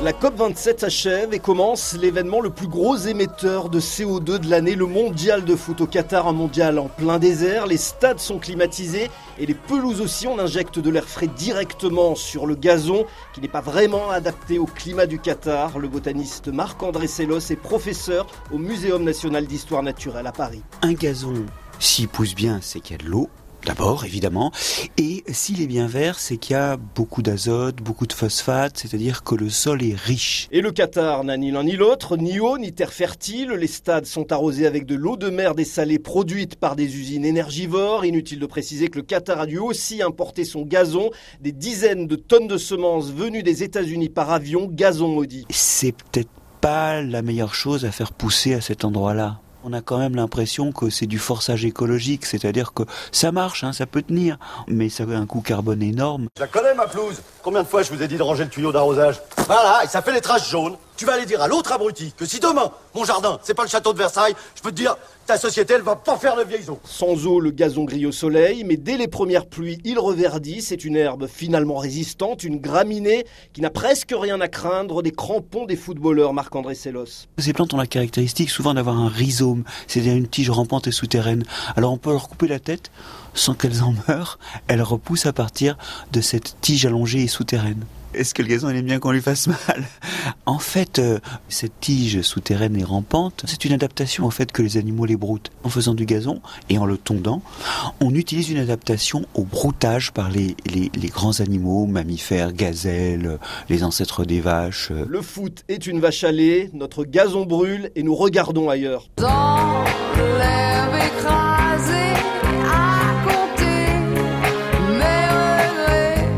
La COP27 s'achève et commence l'événement le plus gros émetteur de CO2 de l'année, le mondial de foot au Qatar, un mondial en plein désert. Les stades sont climatisés et les pelouses aussi. On injecte de l'air frais directement sur le gazon qui n'est pas vraiment adapté au climat du Qatar. Le botaniste Marc-André Sellos est professeur au Muséum national d'histoire naturelle à Paris. Un gazon, s'il pousse bien, c'est qu'il y a de l'eau. D'abord, évidemment, et s'il est bien vert, c'est qu'il y a beaucoup d'azote, beaucoup de phosphate, c'est-à-dire que le sol est riche. Et le Qatar n'a ni l'un ni l'autre, ni eau, ni terre fertile. Les stades sont arrosés avec de l'eau de mer dessalée produite par des usines énergivores. Inutile de préciser que le Qatar a dû aussi importer son gazon, des dizaines de tonnes de semences venues des États-Unis par avion, gazon maudit. C'est peut-être pas la meilleure chose à faire pousser à cet endroit-là. On a quand même l'impression que c'est du forçage écologique, c'est-à-dire que ça marche, ça peut tenir, mais ça a un coût carbone énorme. Je la connais ma pelouse. Combien de fois je vous ai dit de ranger le tuyau d'arrosage? Voilà, et ça fait les traces jaunes. Tu vas aller dire à l'autre abruti que si demain, mon jardin, c'est pas le château de Versailles, je peux te dire, ta société, elle va pas faire de vieilles eaux. Sans eau, le gazon grille au soleil, mais dès les premières pluies, il reverdit. C'est une herbe finalement résistante, une graminée qui n'a presque rien à craindre des crampons des footballeurs, Marc-André Sellos. Ces plantes ont la caractéristique souvent d'avoir un rhizome, c'est-à-dire une tige rampante et souterraine. Alors on peut leur couper la tête sans qu'elles en meurent, elles repoussent à partir de cette tige allongée et souterraine. Est-ce que le gazon il aime bien qu'on lui fasse mal? En fait, cette tige souterraine et rampante, c'est une adaptation au fait que les animaux les broutent. En faisant du gazon et en le tondant, on utilise une adaptation au broutage par les grands animaux, mammifères, gazelles, les ancêtres des vaches. Le foot est une vache à lait, notre gazon brûle et nous regardons ailleurs. Dans l'herbe écrasée, à compter mes regrets,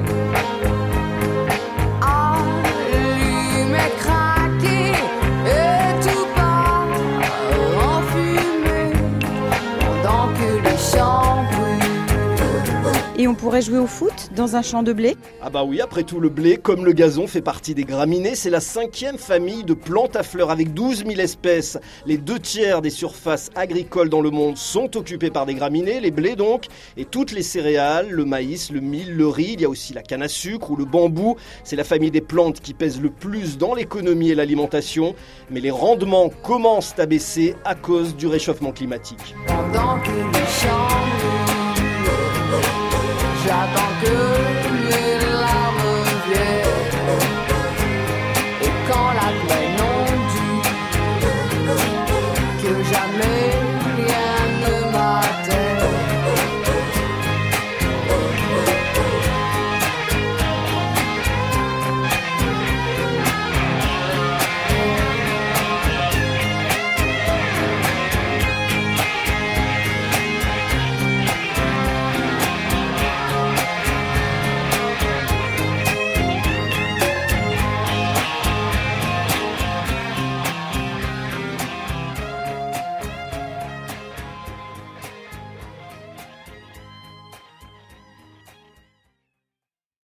allumer, craquer et tout part en fumée pendant que les champs brûlent. Et on pourrait jouer au foot dans un champ de blé? Ah bah oui, après tout, le blé, comme le gazon, fait partie des graminées. C'est la 5e famille de plantes à fleurs avec 12 000 espèces. Les 2/3 des surfaces agricoles dans le monde sont occupées par des graminées, les blés donc, et toutes les céréales, le maïs, le mil, le riz. Il y a aussi la canne à sucre ou le bambou. C'est la famille des plantes qui pèse le plus dans l'économie et l'alimentation. Mais les rendements commencent à baisser à cause du réchauffement climatique. Pendant que les champs brûlent, j'attends que